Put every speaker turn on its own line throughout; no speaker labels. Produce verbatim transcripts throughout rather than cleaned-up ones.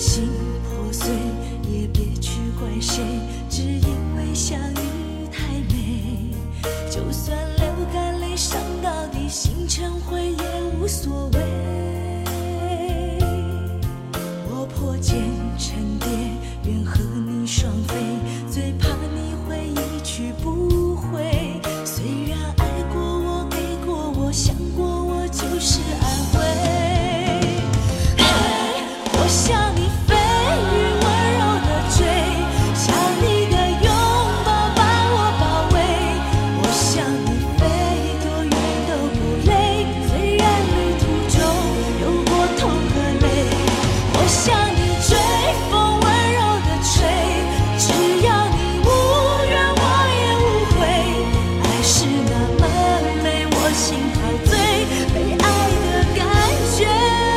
心破碎也别去怪谁，只因为相遇太美，就算流干泪伤到底，心成灰也无所谓。我破茧成蝶，愿和你双飞，最怕你会一去不回。虽然爱过我，给过我，想过我，就是安慰。我向你飞羽温柔的追，像你的拥抱把我包围。我向你飞多远都不累，虽然旅途中有过痛和泪。我向你追，风温柔的吹，只要你无怨我也无悔。爱是那么美，我心陶醉，被爱的感觉。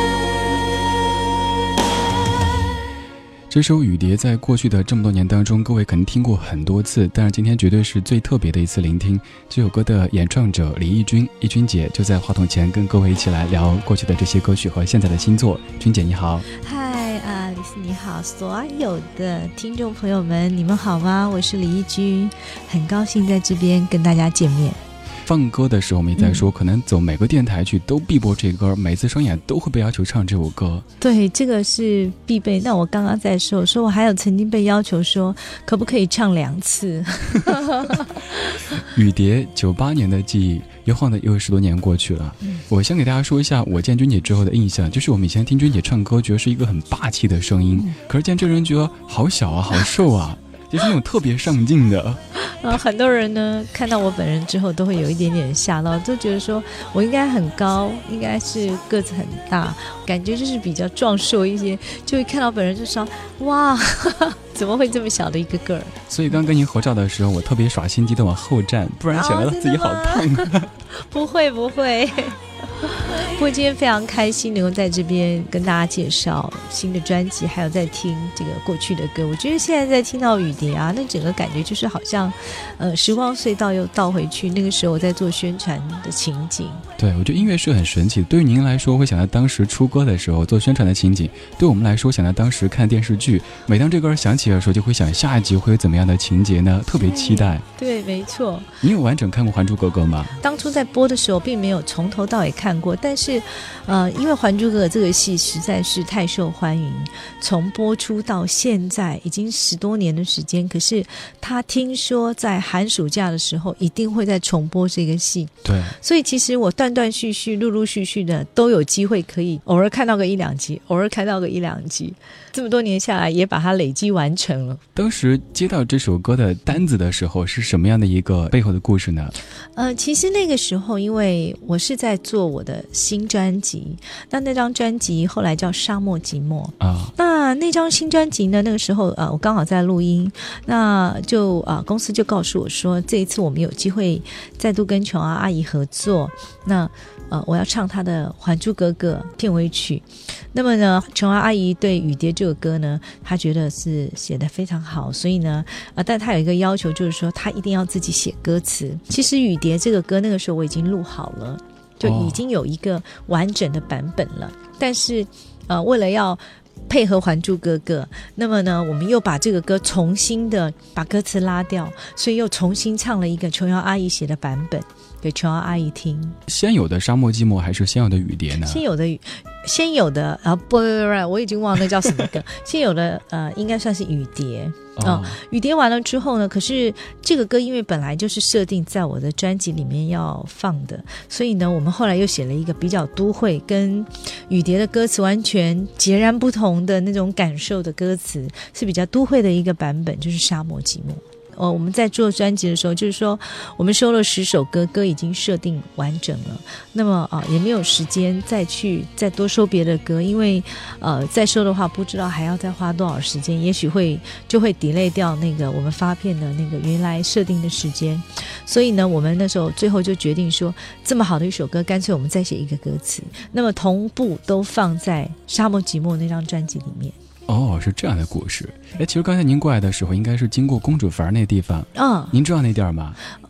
这首《雨蝶》在过去的这么多年当中，各位肯定听过很多次，但是今天绝对是最特别的一次聆听。这首歌的演唱者李翊君，翊君姐就在话筒前跟各位一起来聊过去的这些歌曲和现在的新作。君姐你好。
嗨啊，李斯你好，所有的听众朋友们你们好吗？我是李翊君，很高兴在这边跟大家见面。
放歌的时候我们也在说、嗯、可能走每个电台去都必播这歌，每次商演都会被要求唱这首歌。
对，这个是必备。那我刚刚在说说我还有曾经被要求说可不可以唱两次。
雨蝶九八年的记忆，又晃的又十多年过去了、嗯、我先给大家说一下我见君姐之后的印象，就是我们以前听君姐唱歌觉得是一个很霸气的声音、嗯、可是见这人觉得好小啊好瘦啊，就是那种特别上镜的。
然后很多人呢看到我本人之后都会有一点点吓到，都觉得说我应该很高，应该是个子很大，感觉就是比较壮硕一些，就会看到本人就说哇怎么会这么小的一个个儿。
所以刚跟您合照的时候我特别耍心机的往后站，不然显得自己好胖、
哦、不会不会。不过今天非常开心能够在这边跟大家介绍新的专辑，还有在听这个过去的歌。我觉得现在在听到雨蝶啊，那整个感觉就是好像呃时光隧道又倒回去那个时候我在做宣传的情景。
对，我觉得音乐是很神奇的，对于您来说会想到当时出歌的时候做宣传的情景，对我们来说想到当时看电视剧，每当这歌响起的时候就会想下一集会有怎么样的情节呢，特别期待。
对，没错。
你有完整看过《还珠格格》吗？
当初在播的时候并没有从头到尾看过，但是呃，因为《还珠格格》这个戏实在是太受欢迎，从播出到现在已经十多年的时间，可是他听说在寒暑假的时候一定会再重播这个戏。
对，
所以其实我断断续续陆陆续续的都有机会可以偶尔看到个一两集，偶尔看到个一两集，这么多年下来也把它累积完成了。
当时接到这首歌的单子的时候是什么样的一个背后的故事呢？
呃，其实那个时候因为我是在做我的新专辑，那那张专辑后来叫沙漠寂寞啊。那那张新专辑呢，那个时候呃，我刚好在录音，那就啊、呃、公司就告诉我说，这一次我们有机会再度跟琼瑶阿姨合作，那呃我要唱她的《还珠格格》片尾曲。那么呢，琼瑶阿姨对雨蝶这首歌呢，她觉得是写得非常好，所以呢啊、呃，但她有一个要求，就是说她一定要自己写歌词。其实雨蝶这个歌那个时候我已经录好了，就已经有一个完整的版本了、哦、但是呃，为了要配合《还珠格格》，那么呢我们又把这个歌重新的把歌词拉掉，所以又重新唱了一个琼瑶阿姨写的版本给琼瑶阿姨听。
先有的沙漠寂寞还是先有的雨蝶呢？
先有的先有的啊，不不不，我已经忘了那叫什么歌。先有的呃，应该算是雨蝶啊、哦。雨蝶完了之后呢，可是这个歌因为本来就是设定在我的专辑里面要放的，所以呢，我们后来又写了一个比较都会，跟雨蝶的歌词完全截然不同的那种感受的歌词，是比较都会的一个版本，就是沙漠寂寞。哦，我们在做专辑的时候，就是说我们收了十首歌，歌已经设定完整了，那么啊、呃、也没有时间再去再多收别的歌，因为呃再收的话不知道还要再花多少时间，也许会就会 delay 掉那个我们发片的那个原来设定的时间，所以呢我们那时候最后就决定说，这么好的一首歌，干脆我们再写一个歌词，那么同步都放在沙漠寂寞那张专辑里面。
哦，是这样的故事。哎，其实刚才您过来的时候应该是经过公主坟那地方，嗯，您知道那地儿吗？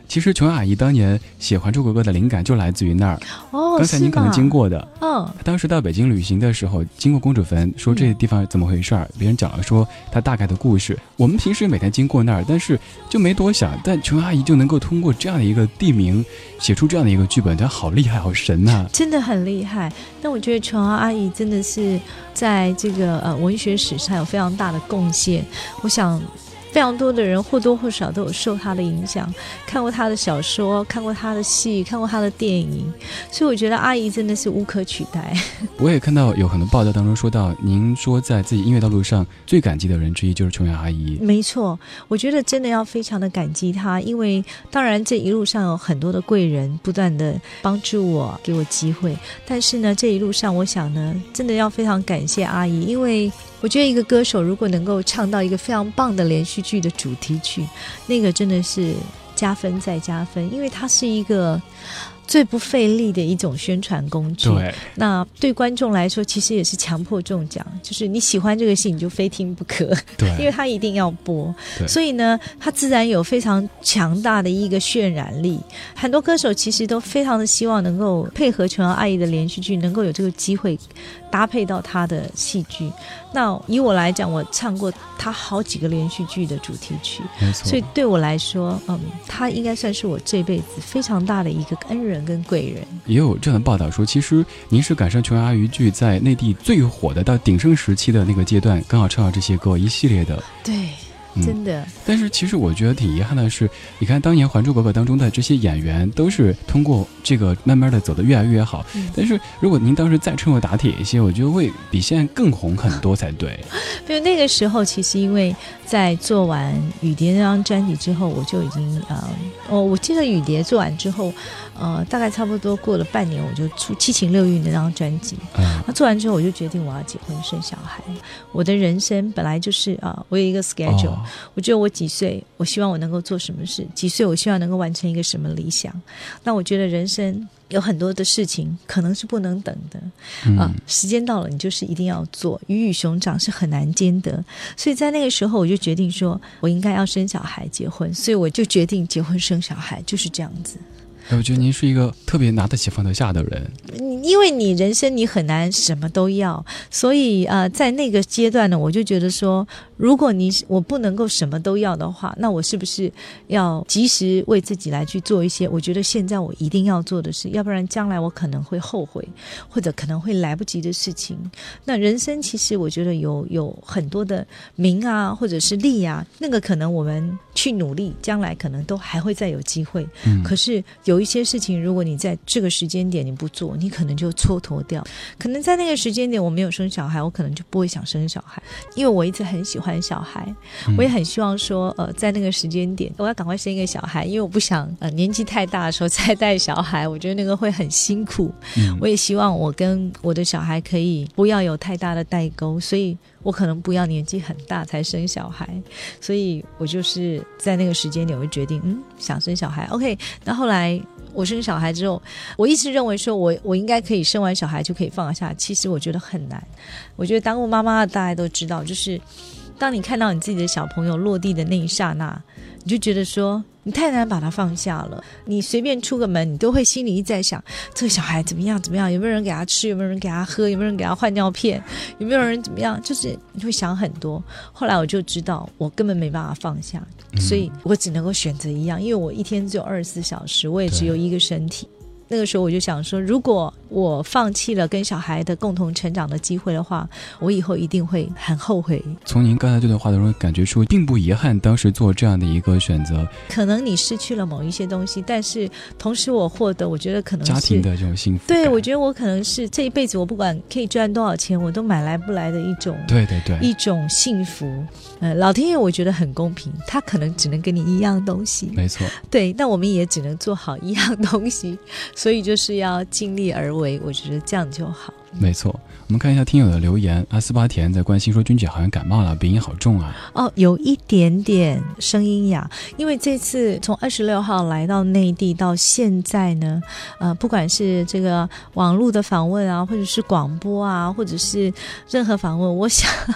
其实琼瑶阿姨当年写《还珠格格》的灵感就来自于那儿。
哦，
刚才您可能经过的，
嗯，
她当时到北京旅行的时候，经过公主坟，说这地方怎么回事儿、嗯，别人讲了说她大概的故事。我们平时每天经过那儿，但是就没多想，但琼瑶阿姨就能够通过这样的一个地名写出这样的一个剧本，她好厉害，好神呐、啊！
真的很厉害。但我觉得琼瑶阿姨真的是在这个呃文学史上有非常大的贡献。我想非常多的人或多或少都有受他的影响，看过他的小说，看过他的戏，看过他的电影，所以我觉得阿姨真的是无可取代。
我也看到有很多报道当中说到，您说在自己音乐道路上最感激的人之一就是琼瑶阿姨。
没错，我觉得真的要非常的感激她，因为当然这一路上有很多的贵人不断的帮助我，给我机会，但是呢这一路上我想呢真的要非常感谢阿姨，因为我觉得一个歌手如果能够唱到一个非常棒的连续剧的主题曲，那个真的是加分再加分，因为它是一个最不费力的一种宣传工具。
对，
那对观众来说其实也是强迫中奖，就是你喜欢这个戏你就非听不可。
对，
因为它一定要播，所以呢它自然有非常强大的一个渲染力。很多歌手其实都非常的希望能够配合琼瑶阿姨的连续剧，能够有这个机会搭配到她的戏剧。那以我来讲，我唱过她好几个连续剧的主题曲，所以对我来说嗯，她应该算是我这辈子非常大的一个恩人跟贵人。
也有这样的报道说，其实您是赶上琼瑶阿姨剧在内地最火的到鼎盛时期的那个阶段，刚好唱到这些歌一系列的。
对，真的、嗯、
但是其实我觉得挺遗憾的是，你看当年《还珠格格》当中的这些演员都是通过这个慢慢的走得越来越好、嗯、但是如果您当时再趁热打铁一些，我觉得会比现在更红很多才对。
因为那个时候其实因为在做完雨蝶那张专辑之后，我就已经呃，哦，我记得雨蝶做完之后呃，大概差不多过了半年我就出七情六欲那张专辑、嗯、那做完之后我就决定我要结婚生小孩。我的人生本来就是啊、呃，我有一个 schedule、哦、我觉得我几岁我希望我能够做什么事，几岁我希望能够完成一个什么理想。那我觉得人生有很多的事情可能是不能等的、嗯呃、时间到了你就是一定要做，鱼与熊掌是很难兼得。所以在那个时候我就决定说我应该要生小孩结婚，所以我就决定结婚生小孩，就是这样子。
我觉得您是一个特别拿得起放得下的人，
因为你人生你很难什么都要，所以呃，在那个阶段呢，我就觉得说如果你我不能够什么都要的话，那我是不是要及时为自己来去做一些我觉得现在我一定要做的事，要不然将来我可能会后悔或者可能会来不及的事情。那人生其实我觉得有有很多的名啊或者是利啊，那个可能我们去努力将来可能都还会再有机会、嗯、可是有一些事情如果你在这个时间点你不做，你可能就蹉跎掉。可能在那个时间点我没有生小孩，我可能就不会想生小孩，因为我一直很喜欢小孩、嗯、我也很希望说呃，在那个时间点我要赶快生一个小孩，因为我不想呃年纪太大的时候再带小孩，我觉得那个会很辛苦、嗯、我也希望我跟我的小孩可以不要有太大的代沟，所以我可能不要年纪很大才生小孩，所以我就是在那个时间点我就决定嗯想生小孩。 OK， 那后来我生小孩之后，我一直认为说我我应该可以生完小孩就可以放下，其实我觉得很难。我觉得当过妈妈的大家都知道，就是当你看到你自己的小朋友落地的那一刹那，你就觉得说你太难把他放下了。你随便出个门你都会心里一直在想这个小孩怎么样怎么样，有没有人给他吃，有没有人给他喝，有没有人给他换尿片，有没有人怎么样，就是你会想很多。后来我就知道我根本没办法放下、嗯、所以我只能够选择一样，因为我一天只有二十四小时，我也只有一个身体。那个时候我就想说，如果我放弃了跟小孩的共同成长的机会的话，我以后一定会很后悔。
从您刚才这段话当中感觉出并不遗憾当时做这样的一个选择。
可能你失去了某一些东西，但是同时我获得我觉得可能是
家庭的这种幸福。
对，我觉得我可能是这一辈子我不管可以赚多少钱我都买来不来的一种，
对对对，
一种幸福。呃，老天爷我觉得很公平，他可能只能给你一样东西，
没错，
对，那我们也只能做好一样东西，所以就是要尽力而为，我觉得这样就好。
没错，我们看一下听友的留言。阿斯巴甜在关心说君姐好像感冒了，鼻音好重啊。
哦，有一点点声音哑，因为这次从二十六号来到内地到现在呢，呃，不管是这个网络的访问啊，或者是广播啊，或者是任何访问，我想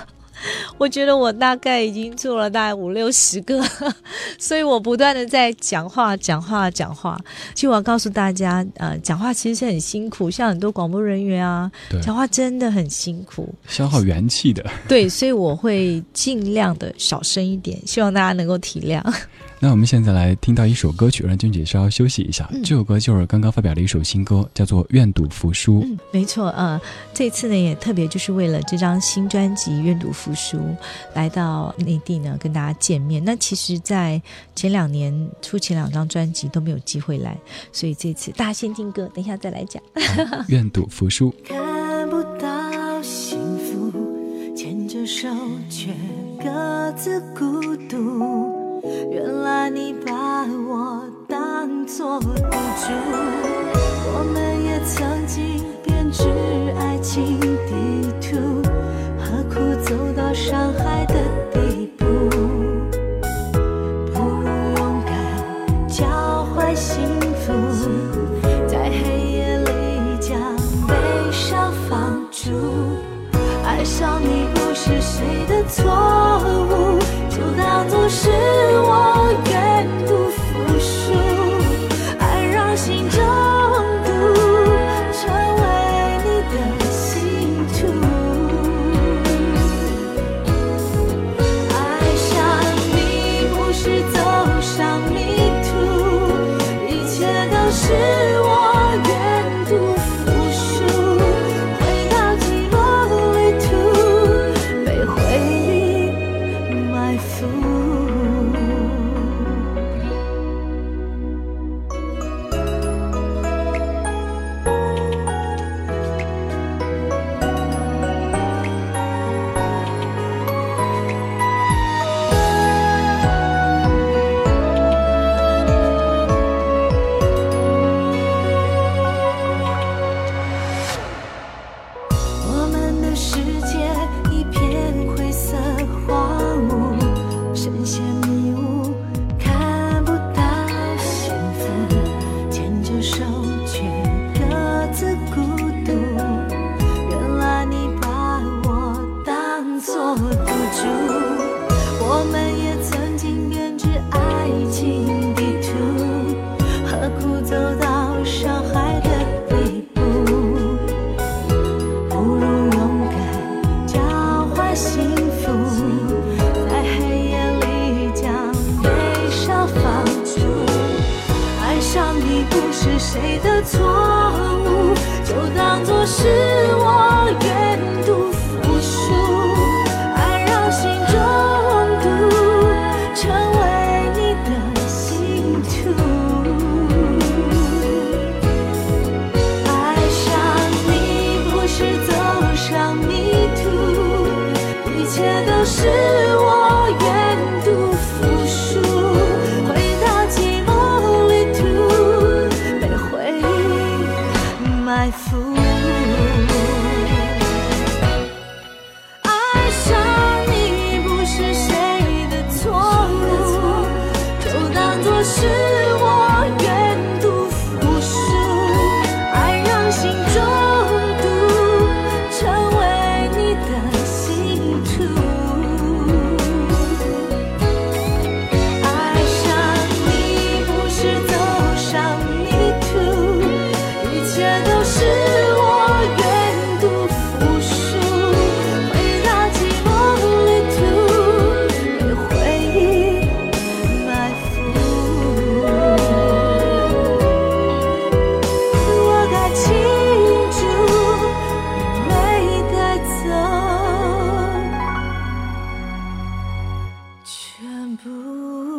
我觉得我大概已经做了大概五六十个，所以我不断的在讲话讲话讲话。其实我要告诉大家，呃，讲话其实是很辛苦，像很多广播人员啊，讲话真的很辛苦，
消耗元气的。
对，所以我会尽量的少声一点，希望大家能够体谅。
那我们现在来听到一首歌曲，让君姐稍稍休息一下、嗯、这首歌就是刚刚发表的一首新歌，叫做《愿赌服输》。
嗯，没错，呃，这次呢也特别就是为了这张新专辑《愿赌服输》来到内地呢跟大家见面。那其实在前两年出前两张专辑都没有机会来，所以这次大家先听歌，等一下再来讲。
《愿赌服输》。
看不到幸福，牵着手却各自孤独，原来你把我当作赌注，我们也曾经编织爱情地图，何苦走到伤害的地步，不如勇敢交换幸福，在黑夜里将悲伤放逐，爱上你不是谁的错误，就当作是我愿赌服输，爱让心中毒成为你的信徒，爱上你不是走上迷途，一切都是我愿赌服输，回到寂寞旅途，被回忆埋伏。我们的世界一片灰色荒芜，深陷迷雾，看不到幸福，牵着手却各自孤独，原来你把我当作赌注，我们也曾经编织爱情地图，何苦走到伤害的地步，不如勇敢交换幸福，在黑夜里将悲伤放逐，爱上你不是谁的错误，就当作是我愿赌服输，爱让心中毒成为你的信徒，爱上你不是走上迷途，一切都是我愿赌服输，回到寂寞旅途，被回忆埋伏，爱上你不是谁的错误，就当作是我愿赌服输，爱让心中毒成为你的信徒，爱上你不是走上迷途，一切都是我愿赌服输，回到寂寞旅途，被回忆埋伏，我该清楚你没带走全部。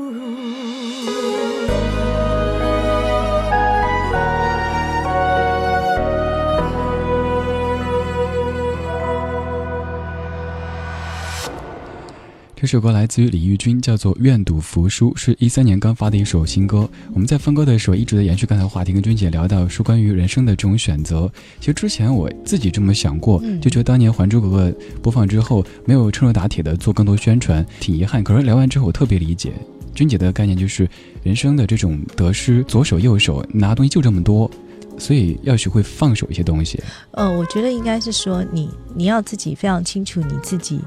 这首歌来自于李翊君，叫做《愿赌服输》，是一三年刚发的一首新歌。我们在放歌的时候一直在延续刚才的话题，跟君姐聊到说关于人生的这种选择。其实之前我自己这么想过，就觉得当年《还珠格格》播放之后没有趁热打铁的做更多宣传，挺遗憾。可是聊完之后我特别理解君姐的概念，就是人生的这种得失，左手右手拿的东西就这么多，所以要学会放手一些东西。
呃，我觉得应该是说你你要自己非常清楚你自己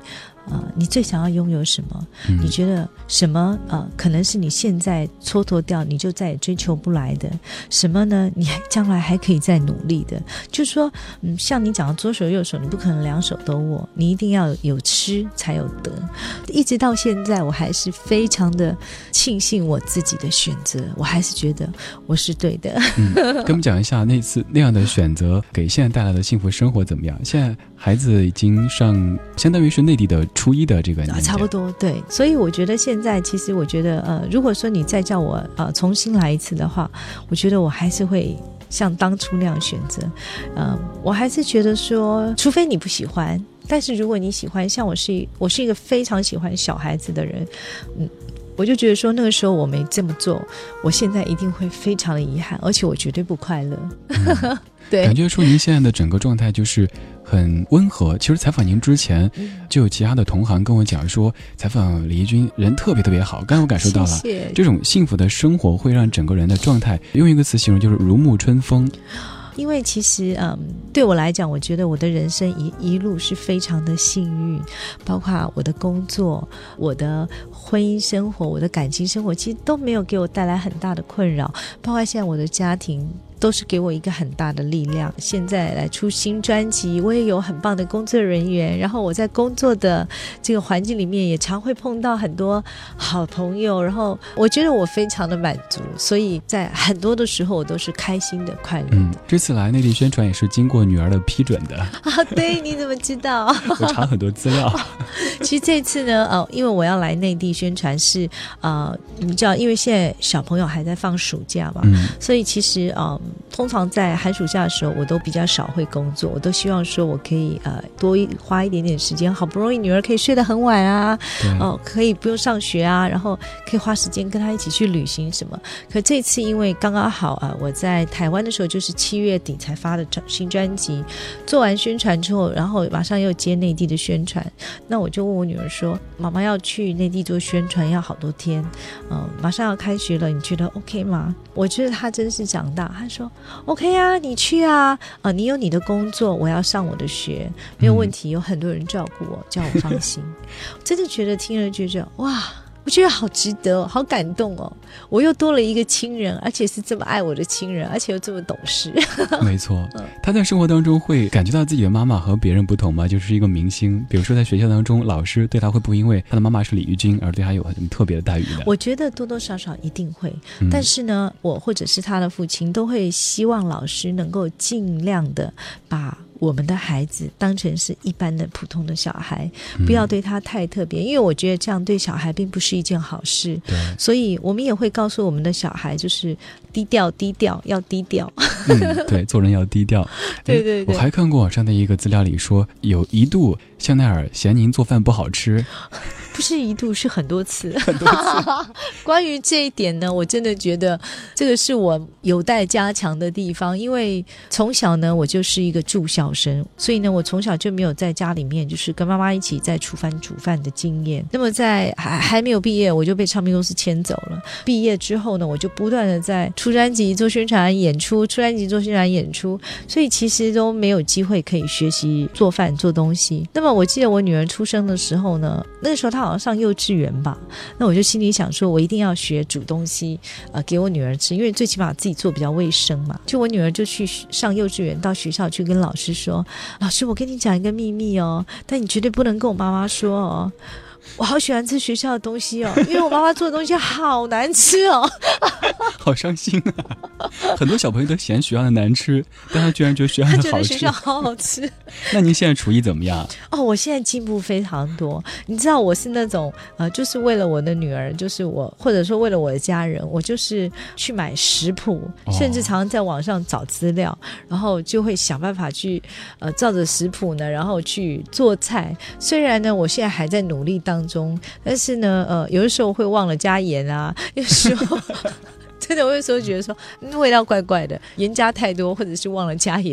呃，你最想要拥有什么？
嗯、
你觉得什么呃，可能是你现在蹉跎掉，你就再也追求不来的？什么呢？你将来还可以再努力的？就是说，嗯，像你讲的左手右手，你不可能两手都握，你一定要有吃才有得。一直到现在，我还是非常的庆幸我自己的选择，我还是觉得我是对的。
嗯，跟我们讲一下那次那样的选择给现在带来的幸福生活怎么样？现在孩子已经上相当于是内地的初一的这个年纪、啊、
差不多，对。所以我觉得现在其实我觉得呃，如果说你再叫我呃重新来一次的话，我觉得我还是会像当初那样选择。呃，我还是觉得说，除非你不喜欢，但是如果你喜欢，像我是我是一个非常喜欢小孩子的人，嗯。我就觉得说那个时候我没这么做，我现在一定会非常的遗憾，而且我绝对不快乐。
嗯、
对，
感觉说您现在的整个状态就是很温和。其实采访您之前，就有其他的同行跟我讲说，采访李翊君人特别特别好。刚才我感受到了，
谢谢
这种幸福的生活会让整个人的状态，用一个词形容就是如沐春风。
因为其实嗯，对我来讲，我觉得我的人生一一路是非常的幸运，包括我的工作、我的婚姻生活、我的感情生活，其实都没有给我带来很大的困扰，包括现在我的家庭都是给我一个很大的力量。现在来出新专辑，我也有很棒的工作人员，然后我在工作的这个环境里面也常会碰到很多好朋友，然后我觉得我非常的满足，所以在很多的时候我都是开心的、快乐的。
嗯，这次来内地宣传也是经过女儿的批准的
啊。对，你怎么知道？
我查很多资料。
其实这次呢，呃，因为我要来内地宣传是，呃，你知道，因为现在小朋友还在放暑假嘛，嗯、所以其实呃，通常在寒暑假的时候，我都比较少会工作，我都希望说我可以呃多一花一点点时间，好不容易女儿可以睡得很晚啊，哦、呃，可以不用上学啊，然后可以花时间跟她一起去旅行什么。可这次因为刚刚好啊、呃，我在台湾的时候就是七月底才发的新专辑，做完宣传之后，然后马上又接内地的宣传，那我就问我女儿说，妈妈要去内地做宣传要好多天，嗯、呃，马上要开学了，你觉得 OK 吗？我觉得她真是长大，她说 OK 啊，你去啊，呃，你有你的工作，我要上我的学，没有问题，有很多人照顾我，叫我放心。真的觉得听了觉得哇，我觉得好值得、哦、好感动哦！我又多了一个亲人，而且是这么爱我的亲人，而且又这么懂事。
没错，他在生活当中会感觉到自己的妈妈和别人不同吗？就是一个明星，比如说在学校当中，老师对他会不会因为他的妈妈是李翊君而对他有很特别的待遇呢？我
觉得多多少少一定会、嗯、但是呢，我或者是他的父亲都会希望老师能够尽量的把我们的孩子当成是一般的普通的小孩，不要对他太特别、嗯、因为我觉得这样对小孩并不是一件好事，所以我们也会告诉我们的小孩，就是低调低调要低调。
嗯，对，做人要低调。
对对对，
我还看过网上的一个资料里说，有一度香奈儿嫌您做饭不好吃。
不是一度，是很多次。很多次。关于这一点呢，我真的觉得这个是我有待加强的地方，因为从小呢，我就是一个住校生，所以呢，我从小就没有在家里面就是跟妈妈一起在厨房煮饭的经验。那么在还还没有毕业，我就被唱片公司牵走了。毕业之后呢，我就不断的在出专辑、做宣传、演出，出专辑、做宣传、演出，所以其实都没有机会可以学习做饭、做东西。那么我记得我女儿出生的时候呢，那个时候她好像上幼稚园吧，那我就心里想说，我一定要学煮东西，呃，给我女儿吃，因为最起码自己做比较卫生嘛。就我女儿就去上幼稚园，到学校去跟老师说，老师，我跟你讲一个秘密哦，但你绝对不能跟我妈妈说哦。我好喜欢吃学校的东西哦，因为我妈妈做的东西好难吃哦。
好伤心啊！很多小朋友都嫌学校的难吃，但他居然觉得学校的好吃。
他觉得学校好好吃。
那您现在厨艺怎么样？
哦，我现在进步非常多。你知道我是那种呃，就是为了我的女儿，就是我或者说为了我的家人，我就是去买食谱，哦、甚至常常在网上找资料，然后就会想办法去呃照着食谱呢，然后去做菜。虽然呢，我现在还在努力当中，但是呢，呃，有的时候会忘了加盐啊，有的时候真的，我有时候觉得说、嗯、味道怪怪的，盐加太多，或者是忘了加盐。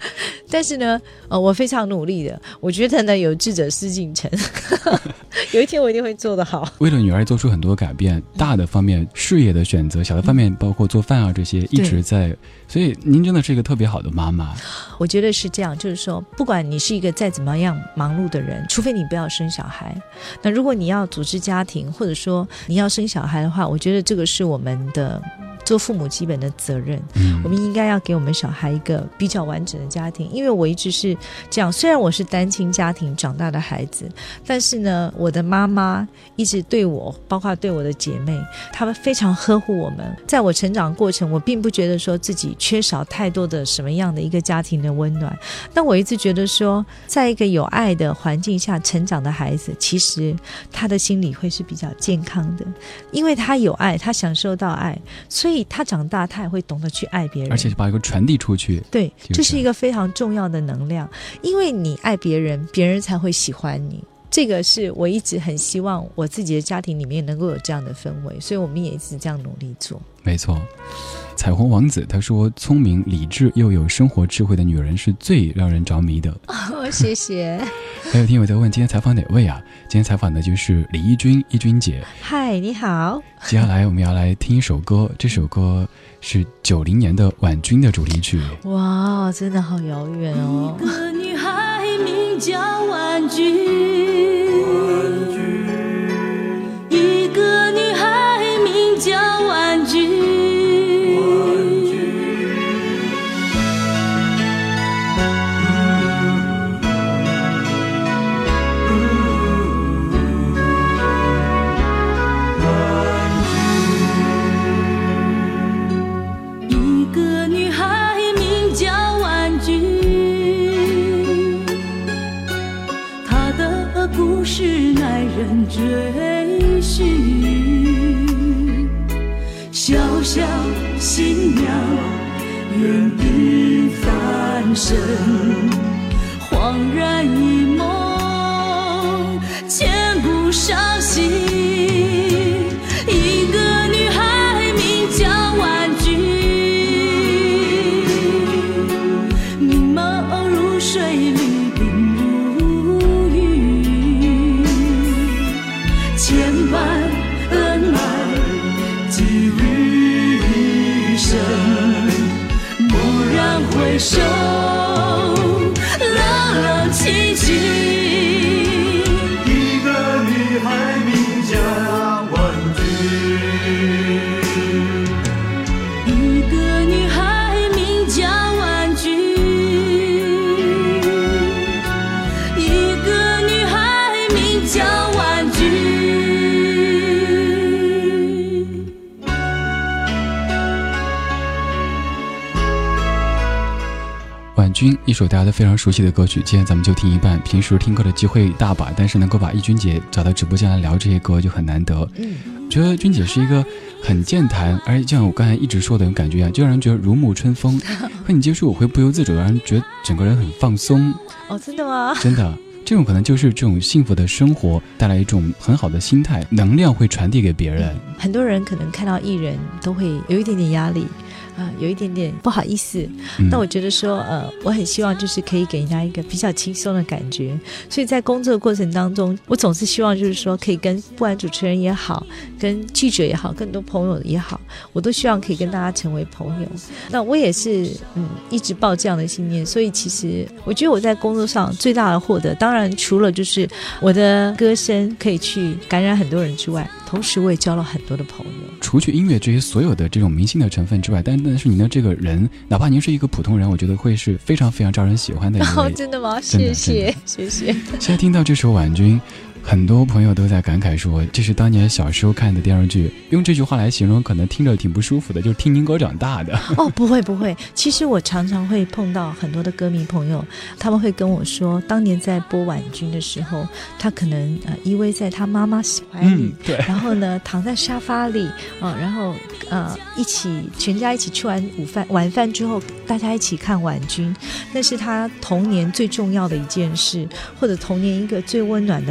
但是呢，呃，我非常努力的，我觉得呢，有志者事竟成，有一天我一定会做得好。
为了女儿做出很多改变，大的方面事业的选择，小的方面包括做饭啊这些一直在，所以您真的是一个特别好的妈妈。
我觉得是这样，就是说，不管你是一个再怎么样忙碌的人，除非你不要生小孩，那如果你要组织家庭，或者说你要生小孩的话，我觉得这个是我们的做父母基本的责任、嗯、我们应该要给我们小孩一个比较完整的家庭。因为我一直是这样，虽然我是单亲家庭长大的孩子，但是呢，我的妈妈一直对我，包括对我的姐妹，她们非常呵护我们。在我成长过程，我并不觉得说自己缺少太多的什么样的一个家庭的温暖，但我一直觉得说，在一个有爱的环境下成长的孩子，其实他的心理会是比较健康的，因为他有爱，他享受到爱，所以他长大他也会懂得去爱别人，
而且把一个传递出去。
对，这是一个非常重要的能量，因为你爱别人，别人才会喜欢你。这个是我一直很希望我自己的家庭里面能够有这样的氛围，所以我们也一直这样努力做。
没错，彩虹王子他说，聪明理智又有生活智慧的女人是最让人着迷的。
哦，谢谢。
还有听友在问今天采访哪位啊？今天采访的就是李翊君，翊君姐。
嗨，你好。
接下来我们要来听一首歌，这首歌是九零年的婉君的主题曲。
哇，真的好遥远哦。
一个女孩名叫婉君，一个女孩名叫婉君，一个女孩名叫婉君，她的故事耐人追寻，小小新娘远避翻身，恍然一梦牵不上心。一个女孩名叫婉君，明眸如水，绿鬓如雨，千般恩爱寄余生，蓦然回首，冷冷清清。
一个女孩名叫婉君，
一个女孩名叫婉君，一个女孩名叫婉君。
婉君，一首大家都非常熟悉的歌曲，今天咱们就听一半。平时听歌的机会大把，但是能够把翊君姐找到直播间来聊这些歌就很难得。嗯，我觉得君姐是一个很健谈，而且就像我刚才一直说的那种感觉一样，就让人觉得如沐春风。和你接触，我会不由自主地让人觉得整个人很放松。
哦，真的吗？
真的，这种可能就是这种幸福的生活带来一种很好的心态，能量会传递给别人。
嗯、很多人可能看到艺人都会有一点点压力。啊、呃，有一点点不好意思，嗯、但我觉得说，呃，我很希望就是可以给人家一个比较轻松的感觉，所以在工作的过程当中，我总是希望就是说，可以跟不管主持人也好，跟记者也好，更多朋友也好，我都希望可以跟大家成为朋友。那我也是，嗯，一直抱这样的信念，所以其实我觉得我在工作上最大的获得，当然除了就是我的歌声可以去感染很多人之外，同时我也交了很多的朋友。
除去音乐这些所有的这种明星的成分之外，但但是您的这个人，哪怕您是一个普通人，我觉得会是非常非常招人喜欢的一位。
哦，真的吗？谢谢，谢谢。
现在听到这首婉君，很多朋友都在感慨说，这是当年小时候看的电视剧，用这句话来形容可能听着挺不舒服的，就是听您歌长大的。
哦，不会不会，其实我常常会碰到很多的歌迷朋友，他们会跟我说，当年在播婉君的时候，他可能呃依偎在他妈妈怀里、嗯、对，然后呢躺在沙发里、呃、然后呃一起全家一起吃完午饭晚饭之后，大家一起看婉君，那是他童年最重要的一件事，或者童年一个最温暖的回忆。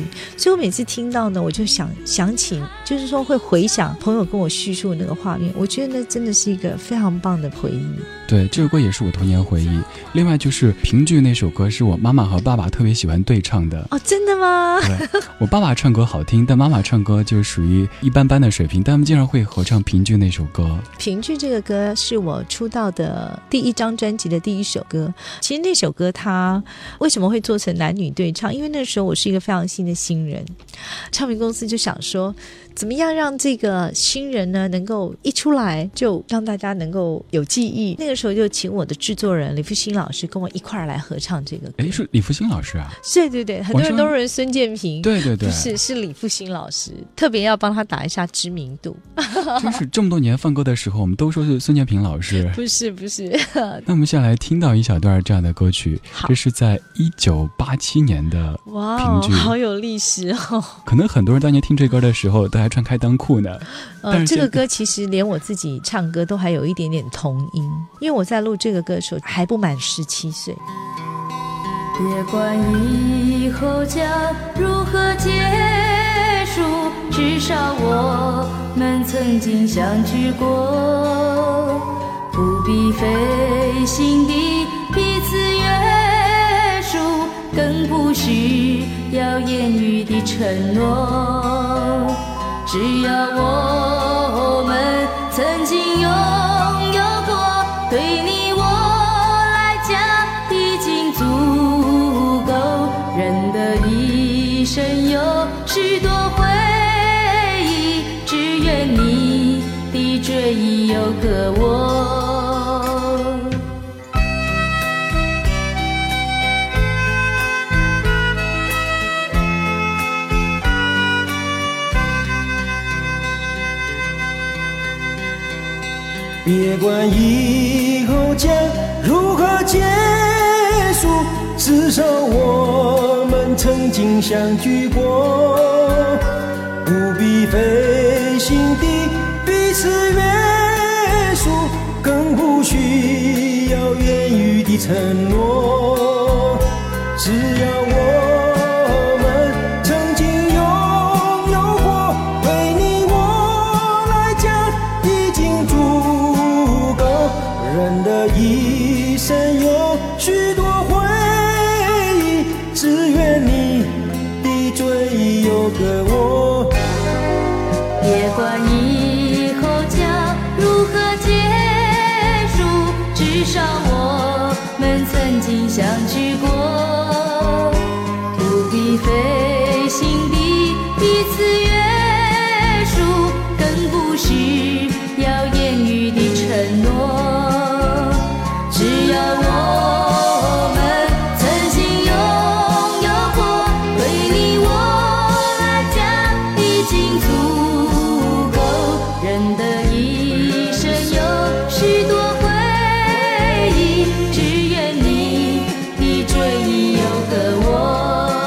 忆。所以我每次听到呢，我就想想起，就是说会回想朋友跟我叙述那个画面，我觉得那真的是一个非常棒的回忆。
对，这首歌也是我童年回忆。另外就是评剧那首歌是我妈妈和爸爸特别喜欢对唱的。
哦，真的吗？
对，我爸爸唱歌好听，但妈妈唱歌就属于一般般的水平，但他们经常会合唱评剧那首歌。
评剧这个歌是我出道的第一张专辑的第一首歌。其实那首歌它为什么会做成男女对唱，因为那时候我是一个非常新的新人，唱片公司就想说怎么样让这个新人呢能够一出来就让大家能够有记忆。那个时候就请我的制作人李复兴老师跟我一块儿来合唱这个歌。
诶，是李复兴老师啊？
对对对，很多人都认为孙建平，
对对对，
不是，是李复兴老师，特别要帮他打一下知名度。
真是这么多年放歌的时候我们都说是孙建平老师，
不是不是。
那我们下来听到一小段这样的歌曲，这是在一九八七年的评剧。
哇，好有历史哦。
可能很多人当年听这歌的时候都还穿开裆裤呢。
呃，这个歌其实连我自己唱歌都还有一点点童音，因为我在录这个歌的时候还不满十七岁。
别管以后将如何结束，至少我们曾经相聚过，不必费心地彼此约束，更不需要言语的承诺。只要我们曾经拥有过，对你我来讲已经足够。人的一生有许多回忆，只愿你的追忆有个我。
别管以后将如何结束，至少我们曾经相聚过，不必费心地彼此约束，更不需要言语的承诺。只要我们曾经拥有过，对你我来讲已经足够。人的一生有许多回忆，只愿你的追忆有个我。
别管以后将如何结束，至少我们曾经相聚过，不必费心地彼此约束，更不需要言语的承诺。只要我们曾经拥有过，对你我来讲已经足够。人的一生有许多回忆，只愿你的追忆有个我。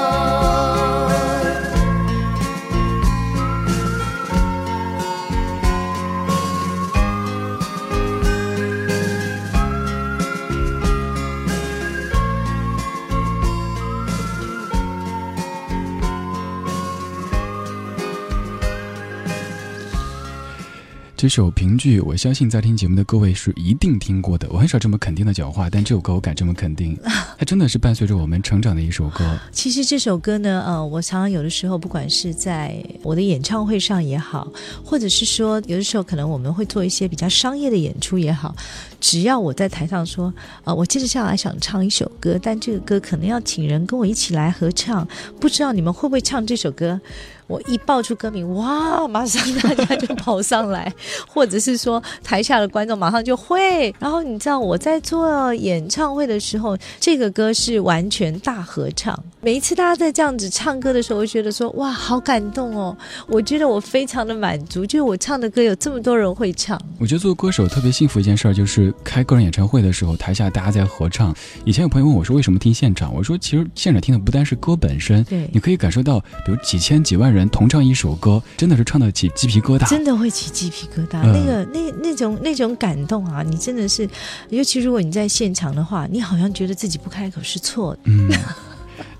这首评剧我相信在听节目的各位是一定听过的，我很少这么肯定的讲话，但这首歌我敢这么肯定，它真的是伴随着我们成长的一首歌。
其实这首歌呢，呃，我常常有的时候不管是在我的演唱会上也好，或者是说有的时候可能我们会做一些比较商业的演出也好，只要我在台上说呃，我接着下来想唱一首歌，但这个歌可能要请人跟我一起来合唱，不知道你们会不会唱这首歌，我一报出歌名，哇，马上大家就跑上来，或者是说台下的观众马上就会。然后你知道我在做演唱会的时候，这个歌是完全大合唱，每一次大家在这样子唱歌的时候，我觉得说哇，好感动哦，我觉得我非常的满足，就是我唱的歌有这么多人会唱。
我觉得做歌手特别幸福一件事就是开个人演唱会的时候，台下大家在合唱。以前有朋友问我说为什么听现场，我说其实现场听的不单是歌本身，
对，
你可以感受到比如几千几万人同唱一首歌，真的是唱得起鸡皮疙瘩，
真的会起鸡皮疙瘩、
嗯、
那个那那种那种感动啊，你真的是，尤其如果你在现场的话，你好像觉得自己不开口是错的。
嗯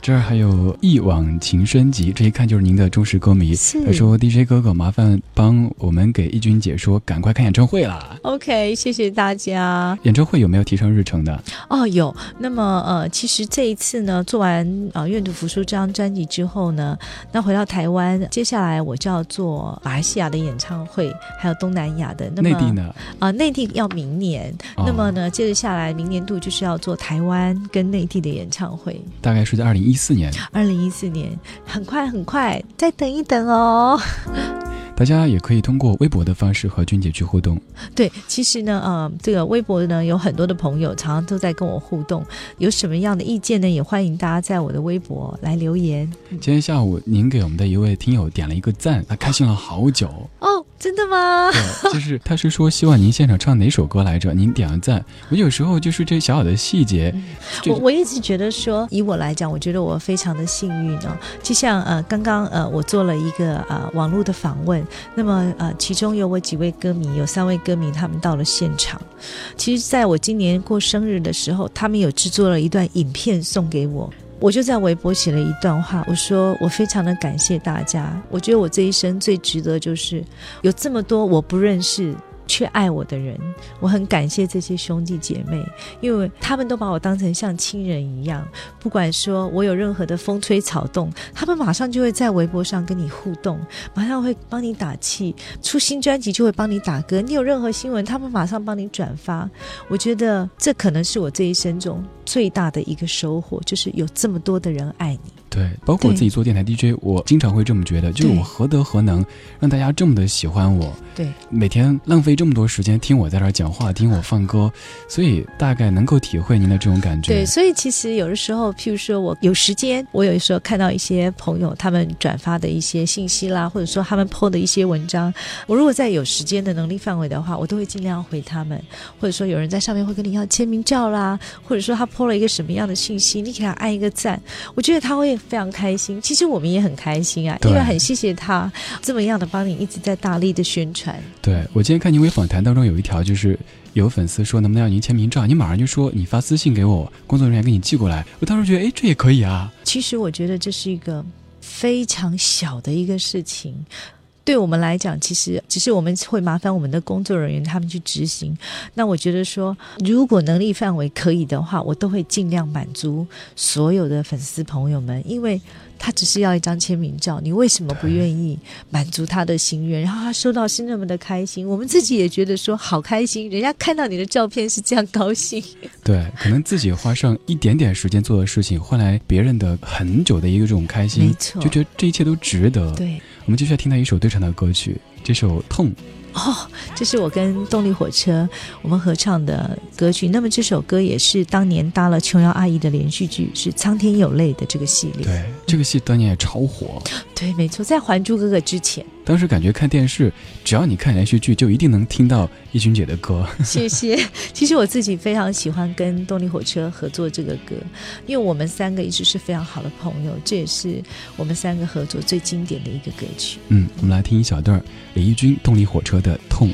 这儿还有一往情深集，这一看就是您的忠实歌迷。他说 D J 哥哥麻烦帮我们给易君姐说赶快看演唱会啦。
OK， 谢谢大家。
演唱会有没有提上日程的？
哦，有。那么呃，其实这一次呢，做完呃《愿赌服输》这张专辑之后呢，那回到台湾，接下来我就要做马来西亚的演唱会，还有东南亚的。那么
内地呢？
啊、呃，内地要明年。
哦、
那么呢，接着下来明年度就是要做台湾跟内地的演唱会，
大概是在二零一四年。
二零一四年，很快很快，再等一等哦。
大家也可以通过微博的方式和君姐去互动。对，
其实呢，呃，这个微博呢有很多的朋友常常都在跟我互动，有什么样的意见呢？也欢迎大家在我的微博来留言。
今天下午您给我们的一位听友点了一个赞，他开心了好久。
哦，真的吗？
对，就是他是说希望您现场唱哪首歌来着，您点了赞。我有时候就是这小小的细节、嗯、
我我一直觉得说，以我来讲，我觉得我非常的幸运哦。就像呃刚刚呃我做了一个呃网络的访问，那么呃其中有我几位歌迷，有三位歌迷他们到了现场。其实在我今年过生日的时候，他们有制作了一段影片送给我，我就在微博写了一段话，我说我非常的感谢大家，我觉得我这一生最值得就是有这么多我不认识却爱我的人，我很感谢这些兄弟姐妹，因为他们都把我当成像亲人一样，不管说我有任何的风吹草动，他们马上就会在微博上跟你互动，马上会帮你打气，出新专辑就会帮你打歌，你有任何新闻他们马上帮你转发。我觉得这可能是我这一生中最大的一个收获，就是有这么多的人爱你。
对，包括我自己做电台 D J， 我经常会这么觉得，就是我何德何能让大家这么的喜欢我，
对，
每天浪费这么多时间听我在这儿讲话，听我放歌，所以大概能够体会您的这种感觉。
对，所以其实有的时候譬如说我有时间，我有的时候看到一些朋友他们转发的一些信息啦，或者说他们 po 的一些文章，我如果在有时间的能力范围的话，我都会尽量回他们，或者说有人在上面会跟你要签名照啦，或者说他 po 了一个什么样的信息，你给他按一个赞，我觉得他会非常开心，其实我们也很开心啊，因为很谢谢他这么样的帮你一直在大力的宣传。
对，我今天看您微访谈当中有一条，就是有粉丝说能不能要您签名照，你马上就说你发私信给我，工作人员给你寄过来。我当时觉得哎，这也可以啊。其
实我觉得这是一个非常小的一个事情，对我们来讲其实只是我们会麻烦我们的工作人员他们去执行。那我觉得说如果能力范围可以的话，我都会尽量满足所有的粉丝朋友们，因为他只是要一张签名照，你为什么不愿意满足他的心愿？然后他收到是那么的开心，我们自己也觉得说好开心，人家看到你的照片是这样高兴。
对，可能自己花上一点点时间做的事情，换来别人的很久的一个这种开心，
没错，
就觉得这一切都值得。
对，
我们接下来听到一首对唱的歌曲，这首《痛》。
哦，这是我跟动力火车我们合唱的歌曲，那么这首歌也是当年搭了琼瑶阿姨的连续剧，是《苍天有泪》的这个系列。
对，这个戏当年也超火。
对，没错，在《还珠格格》之前，
当时感觉看电视只要你看连续剧就一定能听到易君姐的歌。
谢谢。其实我自己非常喜欢跟动力火车合作这个歌，因为我们三个一直是非常好的朋友，这也是我们三个合作最经典的一个歌曲。
嗯，我们来听一小段李翊君动力火车的《痛》。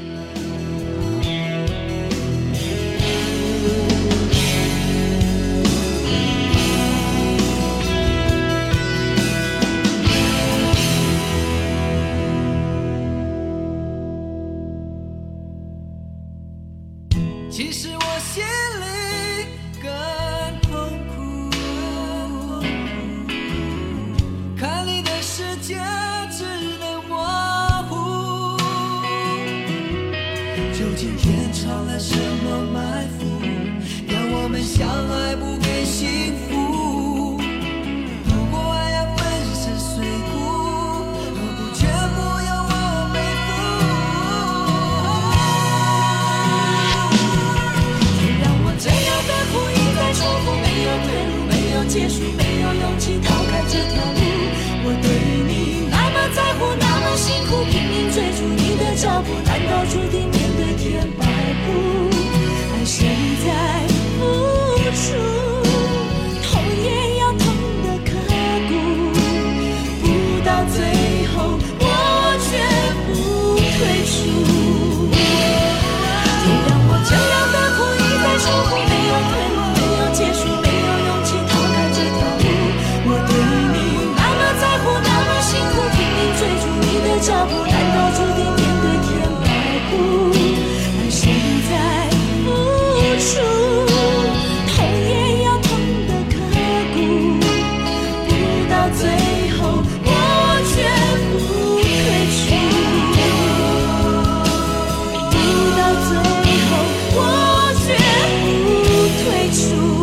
其实我心里更痛苦，看你的世界只能模糊，究竟天藏了什么埋伏，让我们相爱不给幸福？如果爱要粉身碎骨，何不全部由我背负？结束，没有勇气逃开这条路。我对你那么在乎，那么辛苦，拼命追逐你的脚步，难道注定面对天白布？爱谁在付出？痛
脚步，难道注定面对天白骨？但现在付出，痛也要痛得刻骨，不到最后我绝不退出，不到最后我绝不退出。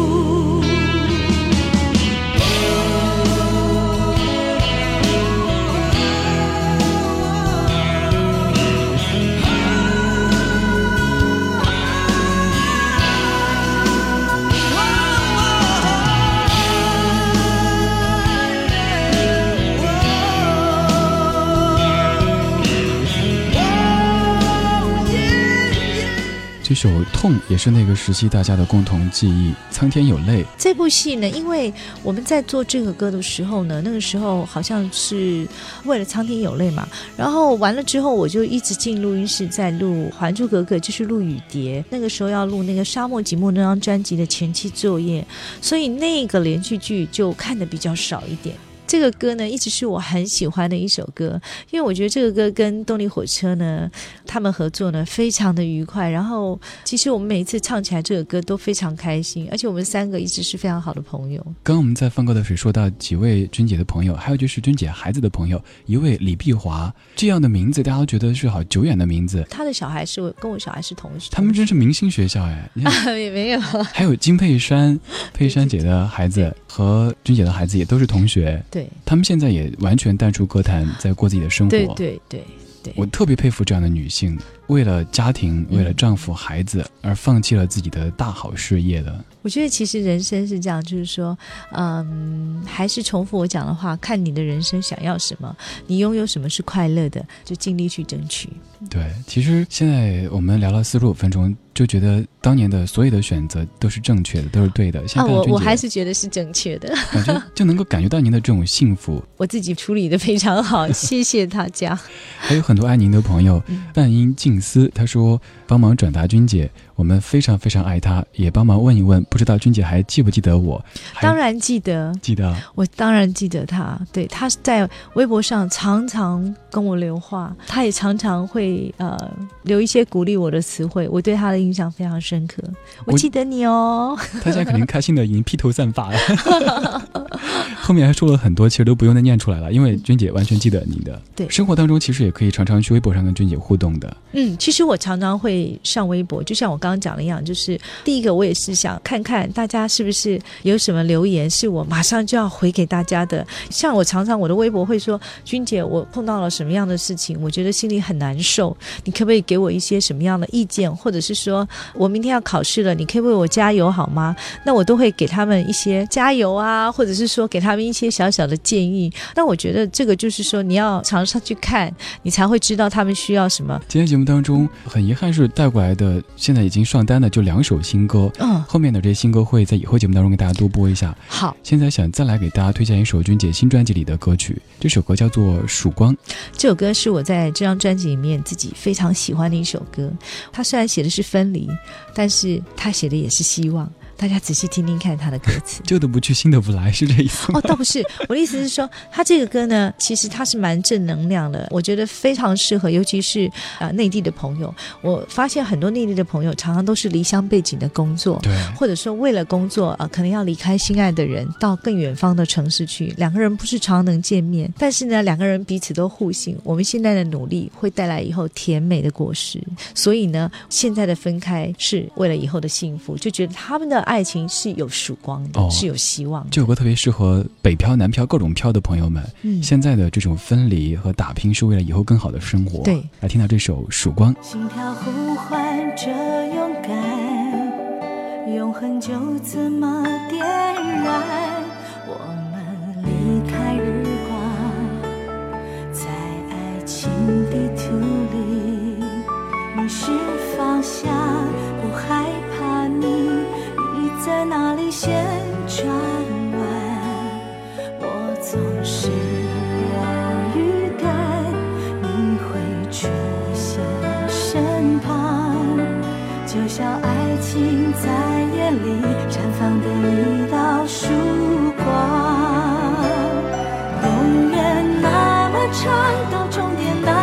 这首《痛》也是那个时期大家的共同记忆。苍天有泪
这部戏呢，因为我们在做这个歌的时候呢，那个时候好像是为了苍天有泪嘛，然后完了之后我就一直进录音室在录《还珠格格》，就是录雨蝶，那个时候要录那个沙漠寂寞那张专辑的前期作业，所以那个连续剧就看得比较少一点。这个歌呢一直是我很喜欢的一首歌，因为我觉得这个歌跟动力火车呢他们合作呢非常的愉快，然后其实我们每一次唱起来这个歌都非常开心，而且我们三个一直是非常好的朋友。
刚刚我们在放歌的时候说到几位君姐的朋友，还有就是君姐孩子的朋友，一位李碧华，这样的名字大家都觉得是好久远的名字，
他的小孩是跟我小孩是同学，
他们真是明星学校哎。你看
也没有
还有金佩珊，佩珊姐的孩子和君姐的孩子也都是同学，
对，
他们现在也完全淡出歌坛，在过自己的生活。
对对对对，
我特别佩服这样的女性，为了家庭，为了丈夫孩子而放弃了自己的大好事业的。
我觉得其实人生是这样，就是说嗯，还是重复我讲的话，看你的人生想要什么，你拥有什么是快乐的，就尽力去争取。
对，其实现在我们聊了四十五分钟，就觉得当年的所有的选择都是正确的，都是对的。现在
啊，我我还是觉得是正确的，
感觉就能够感觉到您的这种幸福。
我自己处理的非常好，谢谢大家。
还有很多爱您的朋友，半音静思他说帮忙转达君姐，我们非常非常爱她，也帮忙问一问，不知道君姐还记不记得我？
当然记得，
记得，
我当然记得她。对，她在微博上常常跟我留话，她也常常会呃留一些鼓励我的词汇，我对她的印象非常深刻。我, 我记得你哦。
她现在肯定开心的已经披头散发了。后面还说了很多，其实都不用再念出来了，因为君姐完全记得你的。
对，
生活当中其实也可以常常去微博上跟君姐互动的。
嗯，其实我常常会上微博，就像我刚刚讲的一样，就是第一个我也是想看看大家是不是有什么留言是我马上就要回给大家的。像我常常我的微博会说，君姐我碰到了什么样的事情，我觉得心里很难受，你可不可以给我一些什么样的意见，或者是说我明天要考试了，你可以为我加油好吗？那我都会给他们一些加油啊，或者是说给他们一些小小的建议。那我觉得这个就是说你要常常去看，你才会知道他们需要什么。
今天节目当中很遗憾是带过来的现在已经上单的就两首新歌，嗯，后面的这些新歌会在以后节目当中给大家多播一下。
好，
现在想再来给大家推荐一首君姐新专辑里的歌曲，这首歌叫做《曙光》。
这首歌是我在这张专辑里面自己非常喜欢的一首歌，它虽然写的是分离，但是它写的也是希望。大家仔细听听看他的歌词，
旧的不去新的不来，是这意思吗？
哦，倒不是，我的意思是说他这个歌呢其实他是蛮正能量的，我觉得非常适合尤其是呃内地的朋友。我发现很多内地的朋友常常都是离乡背景的工作，
对，
或者说为了工作呃可能要离开心爱的人到更远方的城市去，两个人不是常能见面，但是呢两个人彼此都互信，我们现在的努力会带来以后甜美的果实，所以呢现在的分开是为了以后的幸福，就觉得他们的爱情是有曙光的，哦，是有希望的。
这首歌特别适合北漂南漂各种漂的朋友们，嗯，现在的这种分离和打拼是为了以后更好的生活。
对，
来听到这首曙光。
心跳呼唤着勇敢，永恒就这么点燃，我们离开日光，在爱情地图里，你是方向，不害怕你你在哪里先转弯，我总是有预感你会出现身旁，就像爱情在夜里绽放的一道曙光，永远那么长，到终点那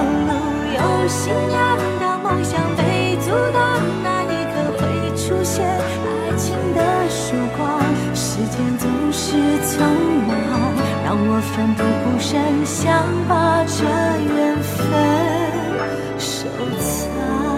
路有信仰，当梦想被阻挡，那一刻会出现爱情的曙光。时间总是匆忙，让我奋不顾身，想把这缘分收藏。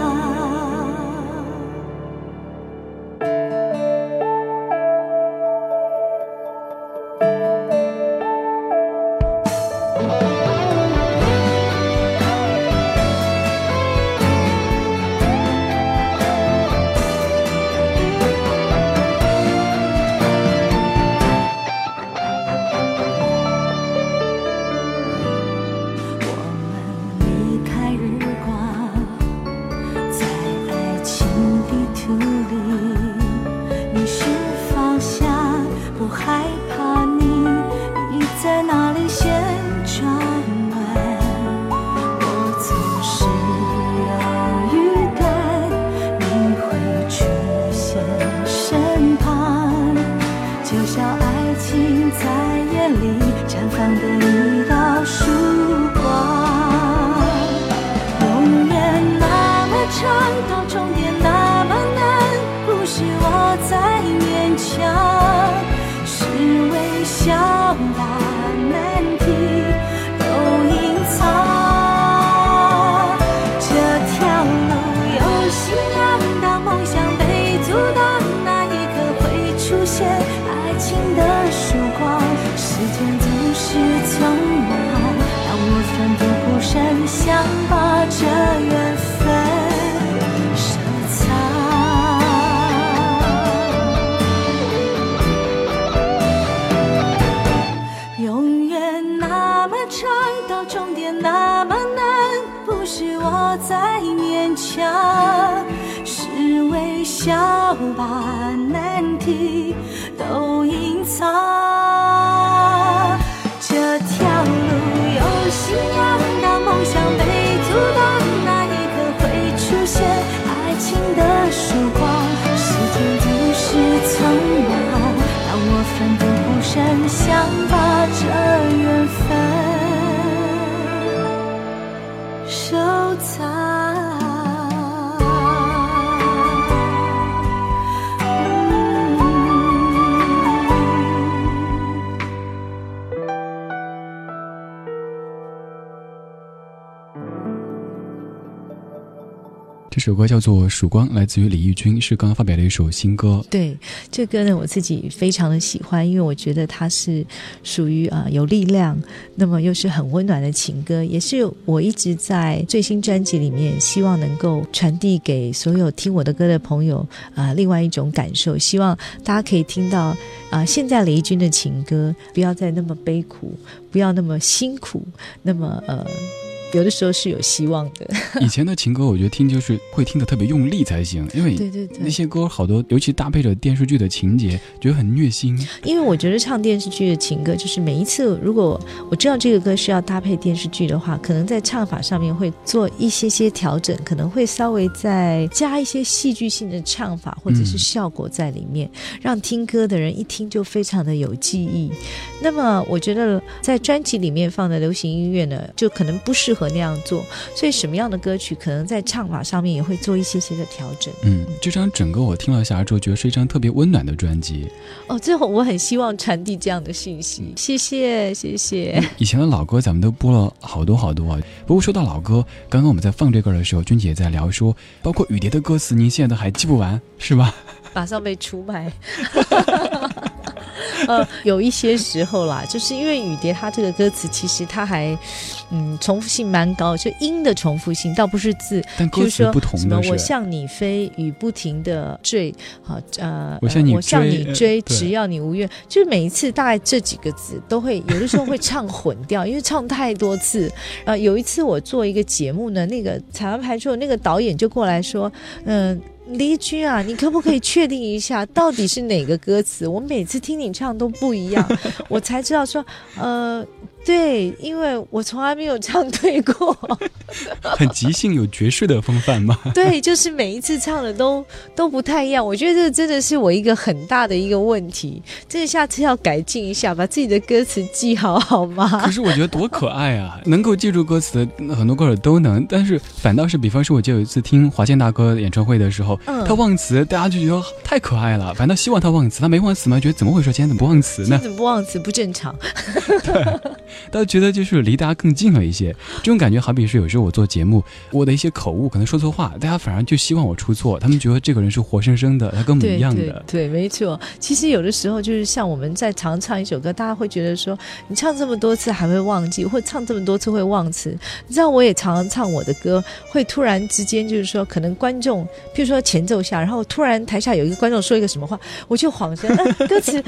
想把这缘分收藏，永远那么长，到终点那么难，不是我在勉强，是微笑把难题都隐藏。这条路有信仰，当梦想被阻挡，那一刻会出现爱情的曙光。时间总是匆忙，让我奋不顾身，想把这缘分收藏。
这首歌叫做《曙光》，来自于李翊君，是刚刚发表的一首新歌。
对，这歌呢我自己非常的喜欢，因为我觉得它是属于啊、呃、有力量，那么又是很温暖的情歌，也是我一直在最新专辑里面希望能够传递给所有听我的歌的朋友啊、呃、另外一种感受，希望大家可以听到啊、呃、现在李翊君的情歌不要再那么悲苦，不要那么辛苦，那么呃有的时候是有希望的。
以前的情歌我觉得听就是会听得特别用力才行，因为
对对对
那些歌好多尤其搭配着电视剧的情节觉得很虐心。
因为我觉得唱电视剧的情歌就是每一次如果我知道这个歌是要搭配电视剧的话，可能在唱法上面会做一些些调整，可能会稍微再加一些戏剧性的唱法或者是效果在里面、嗯、让听歌的人一听就非常的有记忆。那么我觉得在专辑里面放的流行音乐呢就可能不适合那样做，所以什么样的歌曲可能在唱法上面也会做一些些的调整。
嗯，这张整个我听了下来之后觉得是一张特别温暖的专辑。
哦，最后我很希望传递这样的讯息、嗯、谢谢谢谢。
以前的老歌咱们都播了好多好多啊，不过说到老歌，刚刚我们在放这歌的时候君姐也在聊说包括雨蝶的歌词您现在都还记不完是吧？
马上被出卖。呃，有一些时候啦，就是因为雨蝶它这个歌词其实它还嗯重复性蛮高，就音的重复性倒不是字，
但歌词不同的是，
什么我向你飞，雨不停的坠，好呃
我向你追，
我向你追、
呃、
只要你无怨，就是每一次大概这几个字都会有的时候会唱混掉，因为唱太多次。呃，有一次我做一个节目呢，那个彩完排之后，那个导演就过来说，嗯、呃。李翊君啊，你可不可以确定一下到底是哪个歌词？我每次听你唱都不一样，我才知道说，呃， 对，因为我从来没有唱对过。
很即兴有爵士的风范吗？
对，就是每一次唱的都都不太一样，我觉得这真的是我一个很大的一个问题，真的下次要改进一下，把自己的歌词记好好吗？
可是我觉得多可爱啊，能够记住歌词的很多歌手都能，但是反倒是比方说我就有一次听华健大哥演唱会的时候、嗯、他忘词，大家就觉得太可爱了，反倒希望他忘词，他没忘词嘛，觉得怎么回事，今天怎么不忘词呢？
怎么不忘词不正常。
对，大家觉得就是离大家更近了一些，这种感觉好比是有时候我做节目，我的一些口误可能说错话，大家反而就希望我出错，他们觉得这个人是活生生的，他跟我们一样的。
对对对，没错。其实有的时候就是像我们在常唱一首歌，大家会觉得说你唱这么多次还会忘记，或唱这么多次会忘词。你知道我也常常唱我的歌，会突然之间就是说可能观众譬如说前奏下，然后突然台下有一个观众说一个什么话，我就恍神、啊、歌词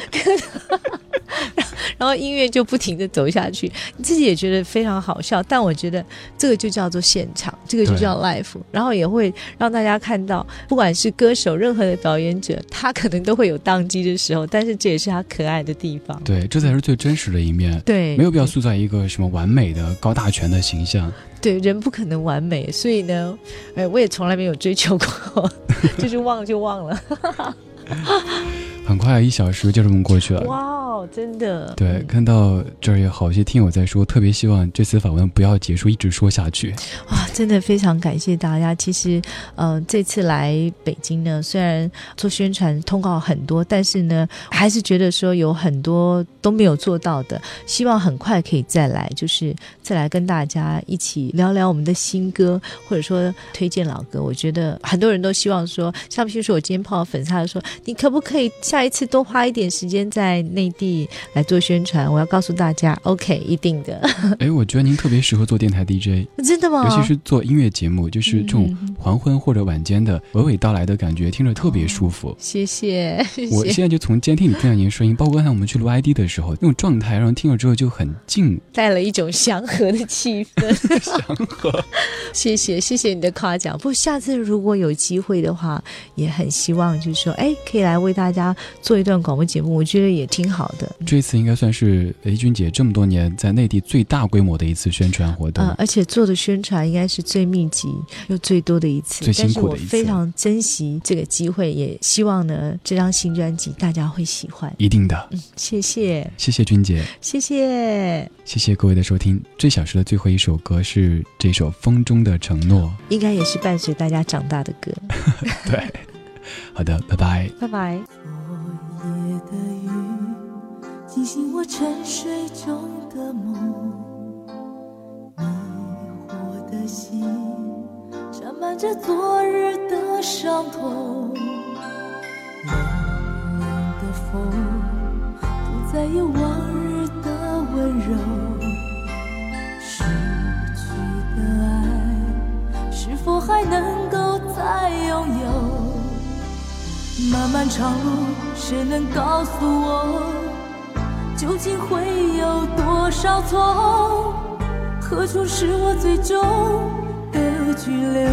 然后音乐就不停地走下去，你自己也觉得非常好笑，但我觉得这个就叫做现场，这个就叫 live， 然后也会让大家看到不管是歌手任何的表演者，他可能都会有宕机的时候，但是这也是他可爱的地方。
对，这才是最真实的一面。
对，
没有必要塑造一个什么完美的高大全的形象。
对，人不可能完美，所以呢、哎、我也从来没有追求过就是忘了就忘了
很快一小时就这么过去了。
哇，真的。
对，看到这儿有好些听友在说，特别希望这次访问不要结束，一直说下去。
哇，真的非常感谢大家。其实呃，这次来北京呢，虽然做宣传通告很多，但是呢还是觉得说有很多都没有做到的，希望很快可以再来，就是再来跟大家一起聊聊我们的新歌，或者说推荐老歌。我觉得很多人都希望说，像譬如说我今天碰到粉丝，他就说你可不可以下一次多花一点时间在内地来做宣传。我要告诉大家 OK， 一定的。
哎，我觉得您特别适合做电台 D J。
真的吗？
尤其是做音乐节目，就是这种黄昏或者晚间的娓娓道来的感觉，听着特别舒服、哦、
谢谢, 谢谢。
我现在就从监听里听到您声音，包括刚才我们去录 I D 的时候那种状态，让人听了之后就很静，
带了一种祥和的气氛
祥和。
谢谢谢谢你的夸奖。不过下次如果有机会的话，也很希望就是说哎，可以来为大家做一段广播节目，我觉得也挺好的。
这次应该算是雷君姐这么多年在内地最大规模的一次宣传活动、呃、
而且做的宣传应该是最密集又最多的一次，
最辛苦的一次。
但是我非常珍惜这个机会，也希望呢这张新专辑大家会喜欢。
一定的、
嗯、谢谢
谢谢君姐，
谢谢
谢谢各位的收听。这小时的最后一首歌是这首《风中的承诺》，
应该也是伴随大家长大的歌
对，好的，拜拜
拜拜。
昨夜的雨惊醒我沉睡中的梦，迷惑的心沾满着昨日的伤痛，冷冷的风不再有往日的温柔，失去的爱是否还能够再拥有？漫漫长路，谁能告诉我究竟会有多少错？何处是我最终的居留？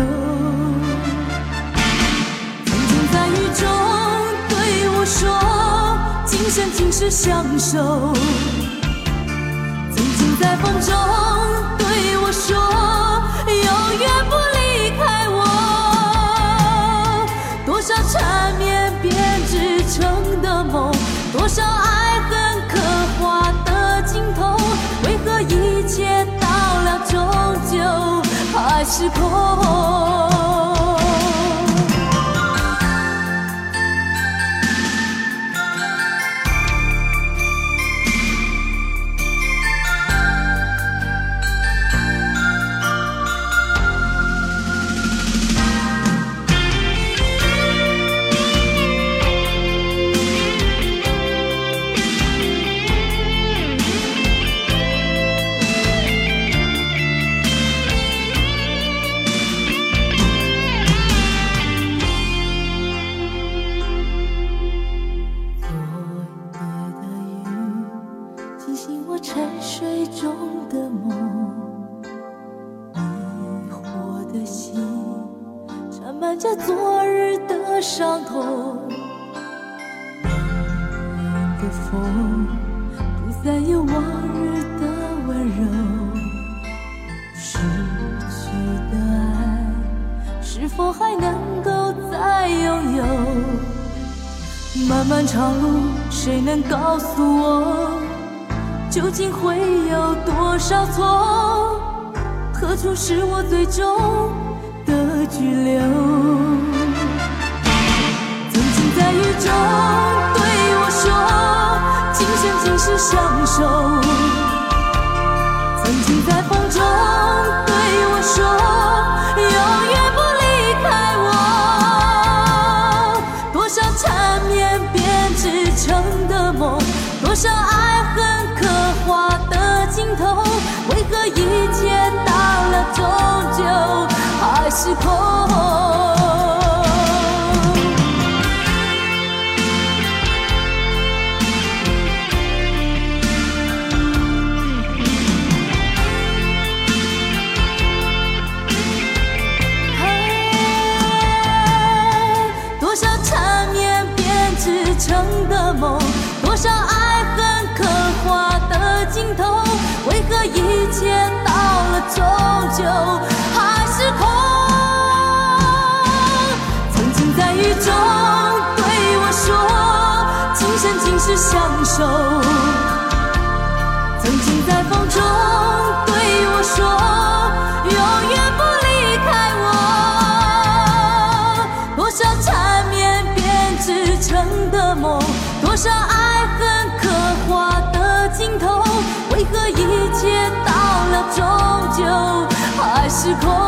曾经在雨中对我说今生今世相守，曾经在风中对我说永远不离开我。多少缠绵编织成的梦，多少爱恨刻画的镜头，为何一切到了终究还是空？昨日的伤痛，冷冷的风不再有往日的温柔，失去的爱是否还能够再拥有？漫漫长路，谁能告诉我，究竟会有多少错？何处是我最终的居留？曾经在雨中对我说，今生今世相守。曾经在风中对我说，永远不离开我。多少缠绵编织成的梦，多少爱恨刻画的镜头，为何一切到了终究还是空？多少缠绵编织成的梦，多少爱恨刻画的镜头，为何一切到了终究还是空？曾经在雨中对我说，今生今世相守。曾经在风中对我说，永远不离开我。多少缠绵编织成的梦，多少爱恨刻画的镜头，为何一切到了终究还是空？